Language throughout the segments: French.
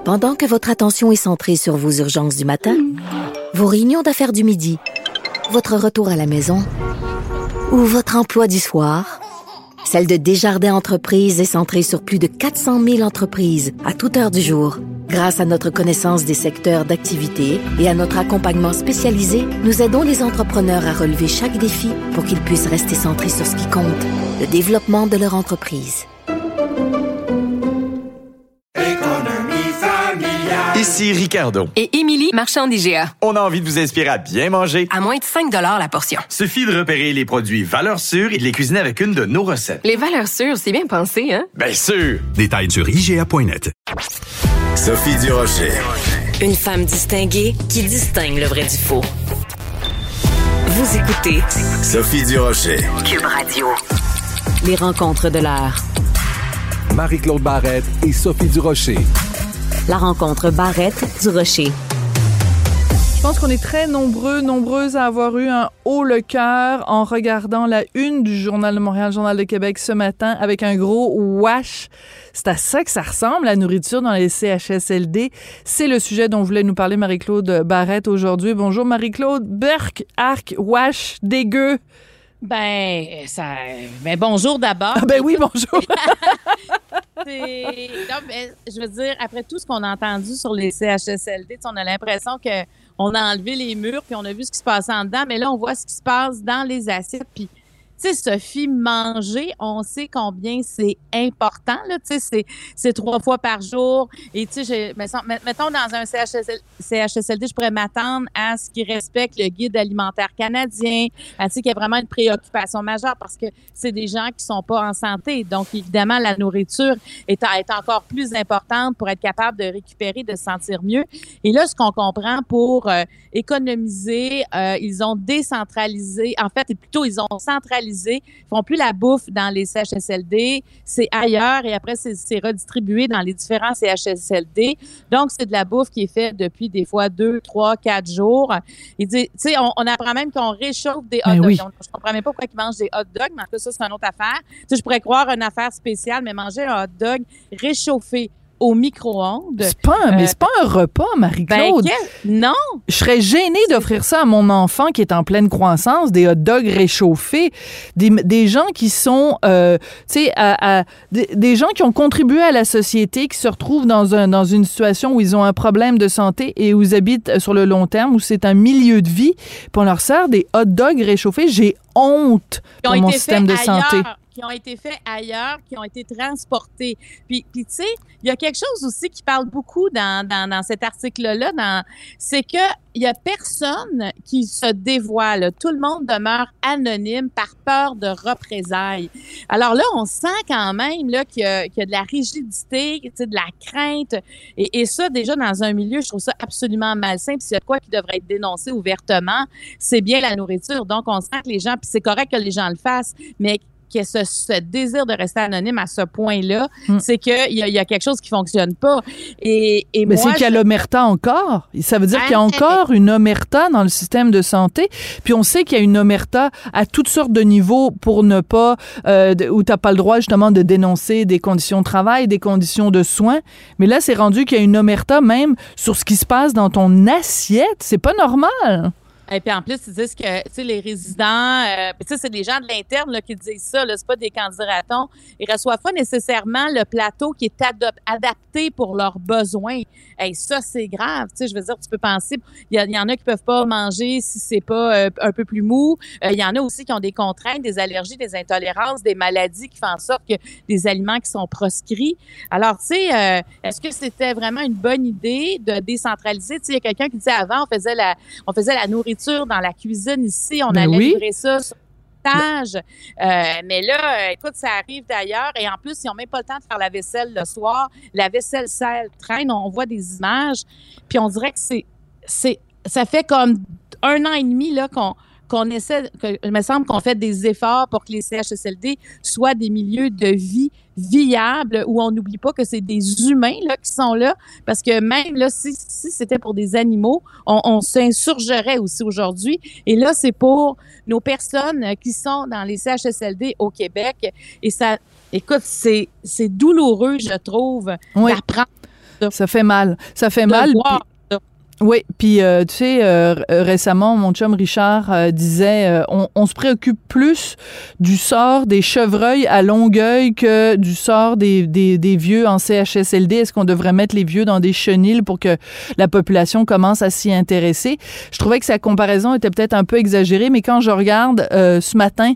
Pendant que votre attention est centrée sur vos urgences du matin, vos réunions d'affaires du midi, votre retour à la maison ou votre emploi du soir, celle de Desjardins Entreprises est centrée sur plus de 400 000 entreprises à toute heure du jour. Grâce à notre connaissance des secteurs d'activité et à notre accompagnement spécialisé, nous aidons les entrepreneurs à relever chaque défi pour qu'ils puissent rester centrés sur ce qui compte, le développement de leur entreprise. Ici Ricardo. Et Émilie, marchand d'IGA. On a envie de vous inspirer à bien manger. À moins de 5 $ la portion. Suffit de repérer les produits valeurs sûres et de les cuisiner avec une de nos recettes. Les valeurs sûres, c'est bien pensé, hein? Bien sûr! Détails sur IGA.net. Sophie Durocher. Une femme distinguée qui distingue le vrai du faux. Vous écoutez Sophie Durocher. Cube Radio. Les rencontres de l'heure. Marie-Claude Barrette et Sophie Durocher. La rencontre Barrette-Durocher. Je pense qu'on est très nombreuses à avoir eu un haut le cœur en regardant la une du Journal de Montréal, Journal de Québec ce matin avec un gros wash. C'est à ça que ça ressemble, la nourriture dans les CHSLD. C'est le sujet dont voulait nous parler Marie-Claude Barrette aujourd'hui. Bonjour Marie-Claude. Berk, arc, wash, dégueu. Ben bonjour d'abord. Ah ben oui, bonjour. Non, mais je veux dire, après tout ce qu'on a entendu sur les CHSLD, on a l'impression qu'on a enlevé les murs puis on a vu ce qui se passait en dedans, mais là, on voit ce qui se passe dans les assiettes. Puis, tu sais, Sophie, manger, on sait combien c'est important, là, tu sais, c'est 3 fois par jour. Et, tu sais, mettons, dans un CHSLD, je pourrais m'attendre à ce qu'ils respectent le guide alimentaire canadien, à ce qu'il y a vraiment une préoccupation majeure parce que c'est des gens qui sont pas en santé. Donc, évidemment, la nourriture est encore plus importante pour être capable de récupérer, de se sentir mieux. Et là, ce qu'on comprend pour économiser, ils ont décentralisé, en fait, plutôt, ils ont centralisé. Ils font plus la bouffe dans les CHSLD, c'est ailleurs et après c'est redistribué dans les différents CHSLD. Donc c'est de la bouffe qui est faite depuis des fois 2, 3, 4 jours. Il dit, tu sais, on apprend même qu'on réchauffe des hot dogs. Oui. Donc, je comprends même pas pourquoi ils mangent des hot dogs, mais en tout cas ça c'est une autre affaire. Tu sais, je pourrais croire une affaire spéciale, mais manger un hot dog réchauffé au micro-ondes. C'est pas un repas, Marie-Claude. Non! Je serais gênée d'offrir ça à mon enfant qui est en pleine croissance, des hot dogs réchauffés, des gens qui sont, tu sais, des gens qui ont contribué à la société, qui se retrouvent dans une situation où ils ont un problème de santé et où ils habitent sur le long terme, où c'est un milieu de vie, puis on leur sert des hot dogs réchauffés. J'ai honte pour mon système de santé. Qui ont été faits ailleurs, qui ont été transportés. Puis tu sais, il y a quelque chose aussi qui parle beaucoup dans cet article-là, c'est que il y a personne qui se dévoile. Tout le monde demeure anonyme par peur de représailles. Alors là, on sent quand même là qu'il y a de la rigidité, tu sais, de la crainte. Et ça, déjà, dans un milieu, je trouve ça absolument malsain. Puis s'il y a de quoi qui devrait être dénoncé ouvertement, c'est bien la nourriture. Donc, on sent que les gens, puis c'est correct que les gens le fassent, mais que ce désir de rester anonyme à ce point-là, c'est qu'il y a quelque chose qui fonctionne pas. Mais moi, c'est qu'il y a l'omerta encore. Ça veut dire qu'il y a encore une omerta dans le système de santé. Puis on sait qu'il y a une omerta à toutes sortes de niveaux pour ne pas, où t'as pas le droit justement de dénoncer des conditions de travail, des conditions de soins. Mais là, c'est rendu qu'il y a une omerta même sur ce qui se passe dans ton assiette. C'est pas normal. Et puis en plus, ils disent que, tu sais, les résidents, tu sais, c'est des gens de l'interne là, qui disent ça, là, c'est pas des candidats-ratons. Ils reçoivent pas nécessairement le plateau qui est adapté pour leurs besoins. Et ça, c'est grave. Tu sais, je veux dire, tu peux penser, il y en a qui peuvent pas manger si c'est pas un peu plus mou. Il y en a aussi qui ont des contraintes, des allergies, des intolérances, des maladies qui font en sorte que des aliments qui sont proscrits. Alors, tu sais, est-ce que c'était vraiment une bonne idée de décentraliser? Tu sais, il y a quelqu'un qui disait avant, on faisait la nourriture dans la cuisine ici, on allait livrer ça sur l'étage. Mais là, écoute, ça arrive d'ailleurs et en plus, ils n'ont même pas le temps de faire la vaisselle le soir. La vaisselle sale traîne, on voit des images, puis on dirait que ça fait comme 1 an et demi là qu'on essaie, il me semble qu'on fait des efforts pour que les CHSLD soient des milieux de vie viables où on n'oublie pas que c'est des humains là qui sont là, parce que même là, si c'était pour des animaux, on s'insurgerait aussi aujourd'hui. Et là, c'est pour nos personnes qui sont dans les CHSLD au Québec. Et ça, écoute, c'est douloureux, je trouve, d'apprendre Ça fait mal. Ça fait De mal. voir ça. Oui, puis tu sais, récemment, mon chum Richard disait on se préoccupe plus du sort des chevreuils à Longueuil que du sort des vieux en CHSLD. Est-ce qu'on devrait mettre les vieux dans des chenils pour que la population commence à s'y intéresser? Je trouvais que sa comparaison était peut-être un peu exagérée, mais quand je regarde ce matin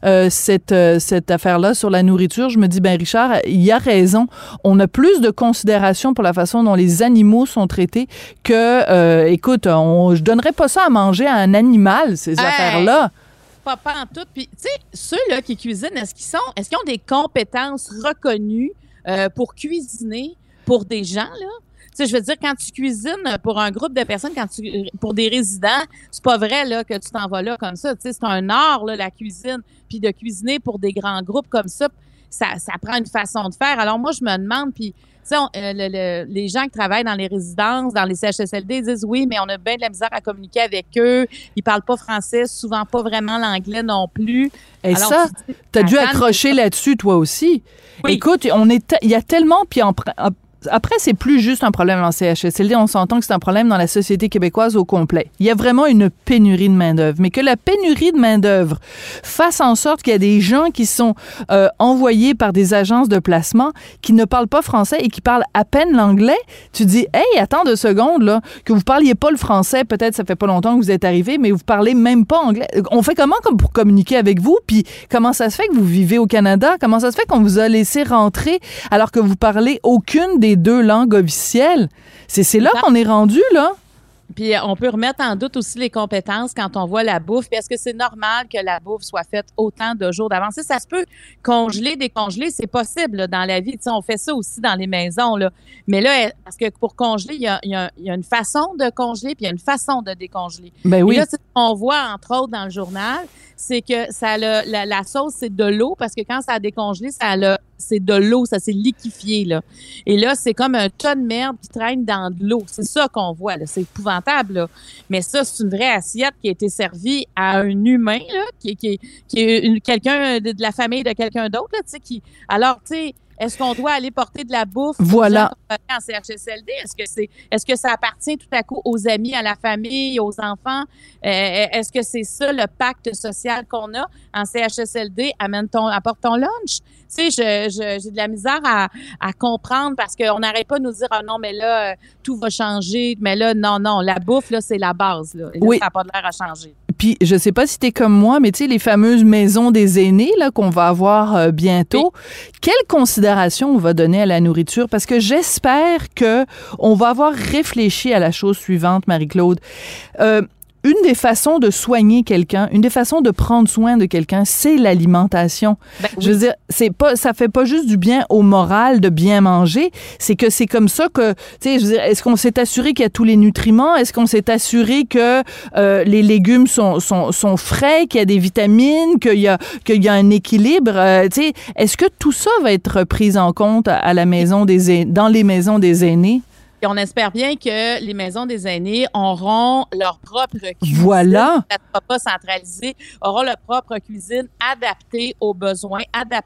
cette affaire-là sur la nourriture, je me dis, ben Richard, il a raison. On a plus de considération pour la façon dont les animaux sont traités que écoute, je donnerais pas ça à manger à un animal, ces affaires-là. Pas en tout. Puis, tu sais, ceux-là qui cuisinent, est-ce qu'ils ont des compétences reconnues pour cuisiner pour des gens, là? Tu sais, je veux dire, quand tu cuisines pour un groupe de personnes, pour des résidents, c'est pas vrai là que tu t'en vas là comme ça. Tu sais, c'est un art, là, la cuisine. Puis de cuisiner pour des grands groupes comme ça prend une façon de faire. Alors moi, je me demande, puis tu sais, les gens qui travaillent dans les résidences, dans les CHSLD, disent oui, mais on a bien de la misère à communiquer avec eux. Ils parlent pas français, souvent pas vraiment l'anglais non plus. Et alors, ça, t'as dû accrocher là-dessus, toi aussi. Oui. Écoute, il y a tellement, puis après, c'est plus juste un problème en CHSLD. On s'entend que c'est un problème dans la société québécoise au complet. Il y a vraiment une pénurie de main-d'œuvre. Mais que la pénurie de main-d'œuvre fasse en sorte qu'il y a des gens qui sont envoyés par des agences de placement qui ne parlent pas français et qui parlent à peine l'anglais, tu dis, hey, attends 2 secondes, là, que vous parliez pas le français, peut-être ça fait pas longtemps que vous êtes arrivé, mais vous parlez même pas anglais. On fait comment comme pour communiquer avec vous? Puis comment ça se fait que vous vivez au Canada? Comment ça se fait qu'on vous a laissé rentrer alors que vous parlez aucune des 2 langues officielles? C'est là qu'on est rendu, là. Puis on peut remettre en doute aussi les compétences quand on voit la bouffe. Puis est-ce que c'est normal que la bouffe soit faite autant de jours d'avance? Ça se peut congeler, décongeler, c'est possible là, dans la vie. Tu sais, on fait ça aussi dans les maisons. Là. Mais là, parce que pour congeler, il y a une façon de congeler puis il y a une façon de décongeler. Ben oui. Et là, ce qu'on voit, entre autres, dans le journal, c'est que la sauce, c'est de l'eau parce que quand ça a décongelé, c'est de l'eau, ça s'est liquéfié, là. Et là, c'est comme un tas de merde qui traîne dans de l'eau. C'est ça qu'on voit, là. C'est épouvantable, là. Mais ça, c'est une vraie assiette qui a été servie à un humain, là, qui est quelqu'un de la famille de quelqu'un d'autre, là, tu sais, alors, tu sais, est-ce qu'on doit aller porter de la bouffe voilà. en CHSLD? Est-ce que ça appartient tout à coup aux amis, à la famille, aux enfants? Est-ce que c'est ça le pacte social qu'on a en CHSLD? Apporte ton lunch. Tu sais, j'ai de la misère à comprendre parce qu'on n'arrête pas de nous dire, ah non, mais là, tout va changer. Mais là, non, la bouffe, là, c'est la base. Là. Et là, oui. Ça n'a pas l'air à changer. Puis, je sais pas si t'es comme moi, mais tu sais, les fameuses maisons des aînés, là, qu'on va avoir bientôt, oui. Quelle considération on va donner à la nourriture? Parce que j'espère que on va avoir réfléchi à la chose suivante, Marie-Claude. Une des façons de soigner quelqu'un, une des façons de prendre soin de quelqu'un, c'est l'alimentation. Ben, oui. Je veux dire, ça fait pas juste du bien au moral de bien manger, c'est que c'est comme ça que, tu sais, je veux dire, est-ce qu'on s'est assuré qu'il y a tous les nutriments? Est-ce qu'on s'est assuré que les légumes sont frais, qu'il y a des vitamines, qu'il y a un équilibre? Tu sais, est-ce que tout ça va être pris en compte à la maison dans les maisons des aînés? Et on espère bien que les maisons des aînés auront leur propre cuisine. Voilà. Ça ne sera pas centralisé, auront leur propre cuisine adaptée aux besoins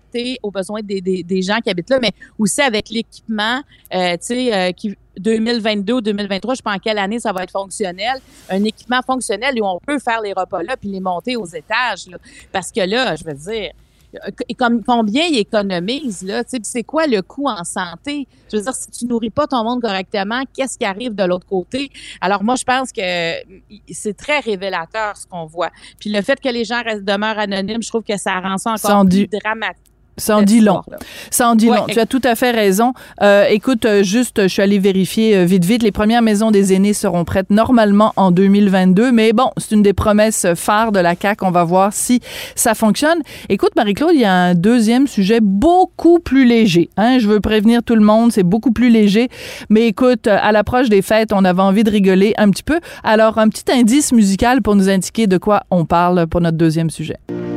des gens qui habitent là, mais aussi avec l'équipement, tu sais, qui 2022 ou 2023, je sais pas en quelle année ça va être fonctionnel, un équipement fonctionnel où on peut faire les repas là puis les monter aux étages. Là. Parce que là, je veux dire, combien ils économisent, là? Tu sais, c'est quoi le coût en santé? Je veux dire, si tu nourris pas ton monde correctement, qu'est-ce qui arrive de l'autre côté? Alors, moi, je pense que c'est très révélateur ce qu'on voit. Puis le fait que les gens demeurent anonymes, je trouve que ça rend ça encore plus dramatique. Ça en dit long. Ça en dit long. Tu as tout à fait raison. Écoute, juste, je suis allée vérifier vite. Les premières maisons des aînés seront prêtes normalement en 2022. Mais bon, c'est une des promesses phares de la CAQ. On va voir si ça fonctionne. Écoute, Marie-Claude, il y a un deuxième sujet beaucoup plus léger. Hein? Je veux prévenir tout le monde, c'est beaucoup plus léger. Mais écoute, à l'approche des fêtes, on avait envie de rigoler un petit peu. Alors, un petit indice musical pour nous indiquer de quoi on parle pour notre deuxième sujet.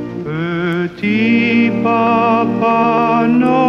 Petit Papa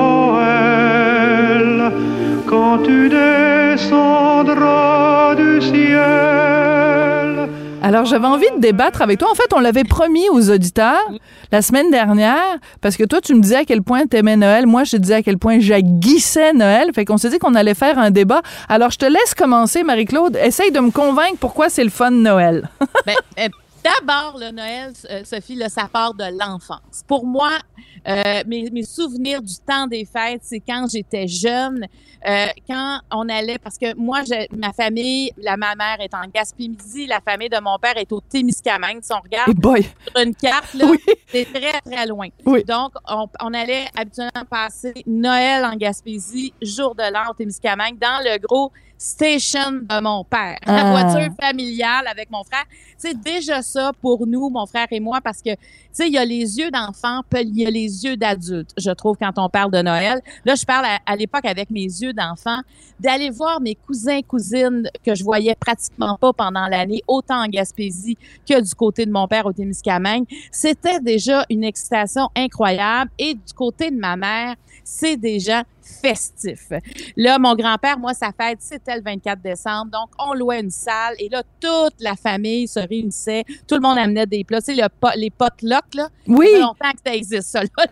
Noël, quand tu descendras du ciel. Alors, j'avais envie de débattre avec toi. En fait, on l'avait promis aux auditeurs la semaine dernière, parce que toi, tu me disais à quel point t'aimais Noël. Moi, je te disais à quel point j'haïssais Noël. Fait qu'on s'est dit qu'on allait faire un débat. Alors, je te laisse commencer, Marie-Claude. Essaye de me convaincre pourquoi c'est le fun de Noël. D'abord, le Noël, Sophie, là, ça part de l'enfance. Pour moi, mes souvenirs du temps des fêtes, c'est quand j'étais jeune, quand on allait, parce que moi, ma famille, ma mère est en Gaspésie, la famille de mon père est au Témiscamingue. Si on regarde sur une carte, là, c'est très, très loin. Oui. Donc, on allait habituellement passer Noël en Gaspésie, jour de l'an au Témiscamingue, dans le gros station de mon père. La voiture familiale avec mon frère. C'est déjà ça pour nous, mon frère et moi, parce que, tu sais, il y a les yeux d'enfant, puis il y a les yeux d'adulte, je trouve, quand on parle de Noël. Là, je parle à l'époque avec mes yeux d'enfant, d'aller voir mes cousins, cousines que je voyais pratiquement pas pendant l'année, autant en Gaspésie que du côté de mon père au Témiscamingue. C'était déjà une excitation incroyable. Et du côté de ma mère, c'est déjà festif. Là, mon grand-père, moi, sa fête, c'était le 24 décembre. Donc, on louait une salle et là, toute la famille se réunissait. Tout le monde amenait des plats. Tu sais, les potlucks, là. Oui. Ça fait longtemps que ça existe, ça, là.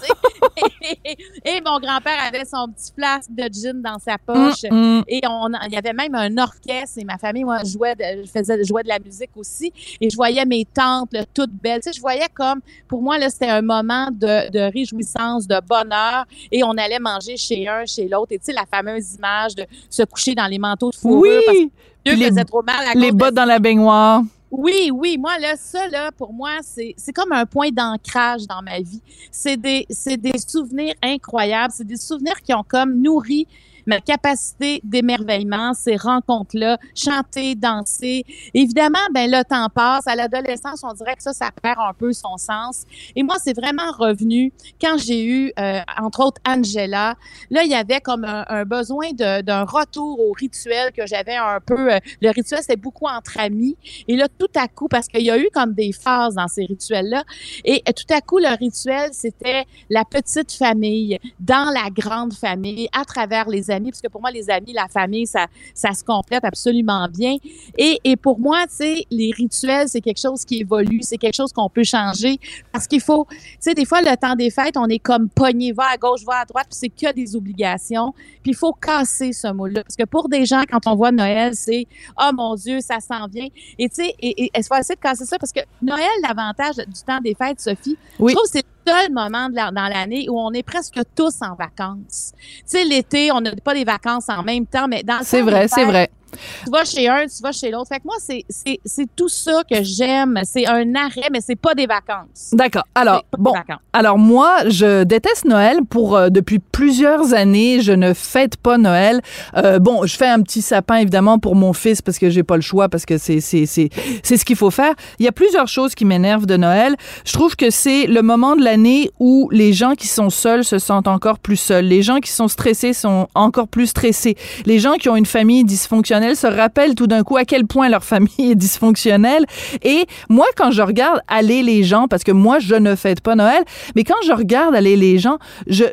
Et mon grand-père avait son petit flasque de gin dans sa poche. Et il y avait même un orchestre. Et ma famille, moi, jouait de la musique aussi. Et je voyais mes tantes, là, toutes belles. Tu sais, je voyais comme, pour moi, là, c'était un moment de réjouissance, de bonheur. Et on allait manger chez un, chez l'autre. Et tu sais, la fameuse image de se coucher dans les manteaux de fourrure parce que Dieu faisait trop mal à cause les bottes dans la baignoire. Oui. Moi, là, ça, là, pour moi, c'est comme un point d'ancrage dans ma vie. C'est des souvenirs incroyables. C'est des souvenirs qui ont comme nourri ma capacité d'émerveillement, ces rencontres-là, chanter, danser. Évidemment, ben le temps passe. À l'adolescence, on dirait que ça perd un peu son sens. Et moi, c'est vraiment revenu quand j'ai eu, entre autres, Angela. Là, il y avait comme un besoin d'un retour au rituel que j'avais un peu. Le rituel, c'était beaucoup entre amis. Et là, tout à coup, parce qu'il y a eu comme des phases dans ces rituels-là, et tout à coup, le rituel, c'était la petite famille dans la grande famille à travers les amis, parce que pour moi, les amis, la famille, ça se complète absolument bien. Et pour moi, tu sais, les rituels, c'est quelque chose qui évolue, c'est quelque chose qu'on peut changer, parce qu'il faut, tu sais, des fois, le temps des fêtes, on est comme pogné, va à gauche, va à droite, puis c'est que des obligations, puis il faut casser ce mot-là, parce que pour des gens, quand on voit Noël, c'est « Oh mon Dieu, ça s'en vient », et tu sais, et il faut essayer de casser ça, parce que Noël, l'avantage du temps des fêtes, Sophie, je trouve que c'est seul moment dans l'année où on est presque tous en vacances. Tu sais, l'été, on n'a pas des vacances en même temps, mais dans le c'est vrai. Tu vas chez un, tu vas chez l'autre. Fait que moi, c'est tout ça que j'aime. C'est un arrêt, mais c'est pas des vacances. D'accord. Alors, alors moi, je déteste Noël depuis plusieurs années. Je ne fête pas Noël. Je fais un petit sapin, évidemment, pour mon fils parce que j'ai pas le choix, parce que c'est ce qu'il faut faire. Il y a plusieurs choses qui m'énervent de Noël. Je trouve que c'est le moment de l'année où les gens qui sont seuls se sentent encore plus seuls. Les gens qui sont stressés sont encore plus stressés. Les gens qui ont une famille dysfonctionnelle se rappellent tout d'un coup à quel point leur famille est dysfonctionnelle. Et moi, quand je regarde aller les gens, parce que moi, je ne fête pas Noël, mais quand je regarde aller les gens, je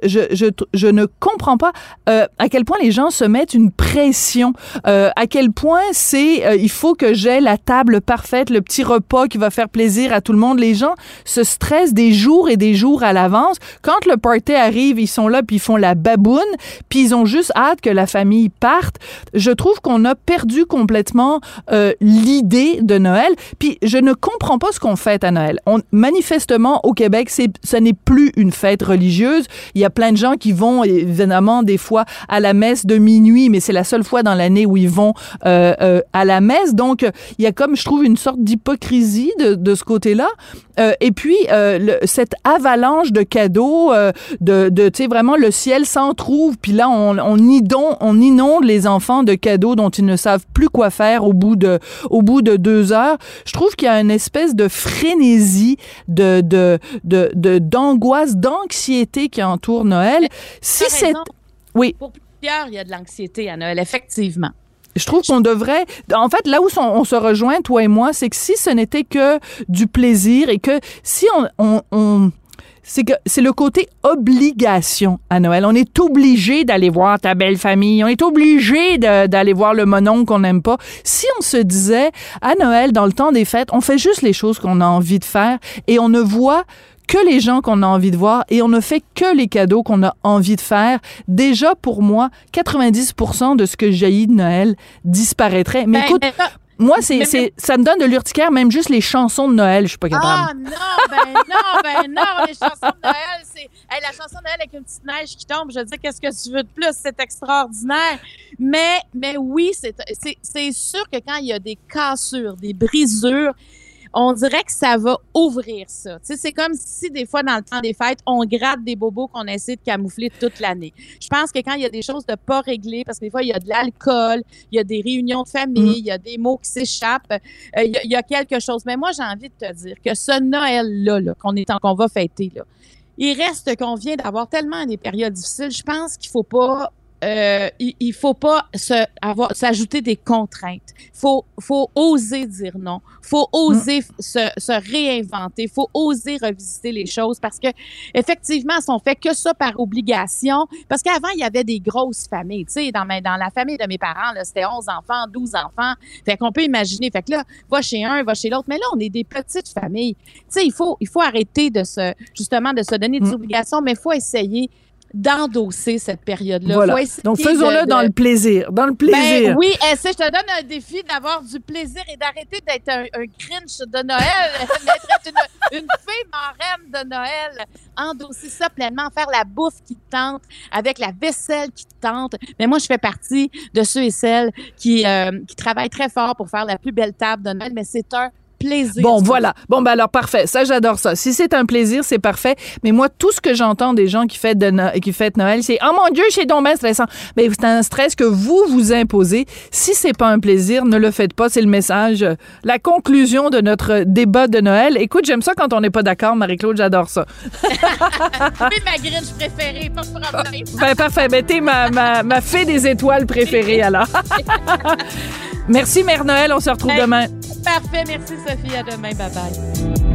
ne comprends pas à quel point les gens se mettent une pression, à quel point il faut que j'aie la table parfaite, le petit repas qui va faire plaisir à tout le monde. Les gens se stressent des jours et des jours à l'avance. Quand le party arrive, ils sont là puis ils font la baboune, puis ils ont juste hâte que la famille parte. Je trouve qu'on a perdu complètement l'idée de Noël. Puis je ne comprends pas ce qu'on fête à Noël. Manifestement, au Québec, ce n'est plus une fête religieuse. Il y a plein de gens qui vont, évidemment, des fois à la messe de minuit, mais c'est la seule fois dans l'année où ils vont à la messe. Donc, il y a comme, je trouve, une sorte d'hypocrisie de ce côté-là. Et puis, cette avalanche de cadeaux, tu sais, vraiment, le ciel s'en trouve. Puis là, on inonde les enfants de cadeaux dont ils ne savent plus quoi faire au bout de 2 heures. Je trouve qu'il y a une espèce de frénésie, d'angoisse, d'anxiété qui entoure Noël. Oui. Pour plusieurs, il y a de l'anxiété à Noël, effectivement. Je trouve qu'on devrait... En fait, là où on se rejoint, toi et moi, c'est que si ce n'était que du plaisir et que si on c'est que c'est le côté obligation à Noël. On est obligé d'aller voir ta belle famille. On est obligé d'aller voir le mononcle qu'on n'aime pas. Si on se disait, à Noël, dans le temps des fêtes, on fait juste les choses qu'on a envie de faire et on ne voit que les gens qu'on a envie de voir et on ne fait que les cadeaux qu'on a envie de faire. Déjà, pour moi, 90% de ce que jaillit de Noël disparaîtrait. Mais écoute, moi, ça me donne de l'urticaire, même juste les chansons de Noël, je suis pas capable. Ah non, les chansons de Noël, c'est... Hey, la chanson de Noël avec une petite neige qui tombe, je veux dire, qu'est-ce que tu veux de plus? C'est extraordinaire. Mais oui, c'est sûr que quand il y a des cassures, des brisures, on dirait que ça va ouvrir ça. Tu sais, c'est comme si des fois, dans le temps des fêtes, on gratte des bobos qu'on essaie de camoufler toute l'année. Je pense que quand il y a des choses de pas réglées, parce que des fois, il y a de l'alcool, il y a des réunions de famille, il y a des mots qui s'échappent, il y a quelque chose. Mais moi, j'ai envie de te dire que ce Noël-là, qu'on va fêter, là, il reste qu'on vient d'avoir tellement des périodes difficiles. Je pense qu'il faut pas il faut pas s'ajouter des contraintes. Faut oser dire non. Faut oser se réinventer. Faut oser revisiter les choses parce que effectivement, si on fait que ça par obligation, parce qu'avant il y avait des grosses familles, tu sais, dans la famille de mes parents là, c'était 11 enfants, 12 enfants. Fait qu'on peut imaginer, fait que là, va chez un, va chez l'autre, mais là on est des petites familles. Tu sais, il faut arrêter de se donner des obligations, mais il faut essayer d'endosser cette période-là. Voilà. Donc, faisons-le dans le plaisir. Dans le plaisir. Ben, oui, je te donne un défi d'avoir du plaisir et d'arrêter d'être un Grinch de Noël, d'être une fée marraine de Noël. Endosser ça pleinement, faire la bouffe qui te tente, avec la vaisselle qui te tente. Mais moi, je fais partie de ceux et celles qui travaillent très fort pour faire la plus belle table de Noël, mais c'est un plaisir. Bon, voilà. Bon, ben alors, parfait. Ça, j'adore ça. Si c'est un plaisir, c'est parfait. Mais moi, tout ce que j'entends des gens qui fêtent Noël, c'est « Oh mon Dieu, c'est donc bien stressant. » Mais c'est un stress que vous imposez. Si c'est pas un plaisir, ne le faites pas. C'est le message, la conclusion de notre débat de Noël. Écoute, j'aime ça quand on n'est pas d'accord, Marie-Claude, j'adore ça. C'est ma Grinch préférée, pas de problème. Ben, parfait. Ben, t'es ma fée des étoiles préférée, alors. Merci, Mère Noël. On se retrouve demain. Parfait. Merci, Sophie. À demain. Bye-bye.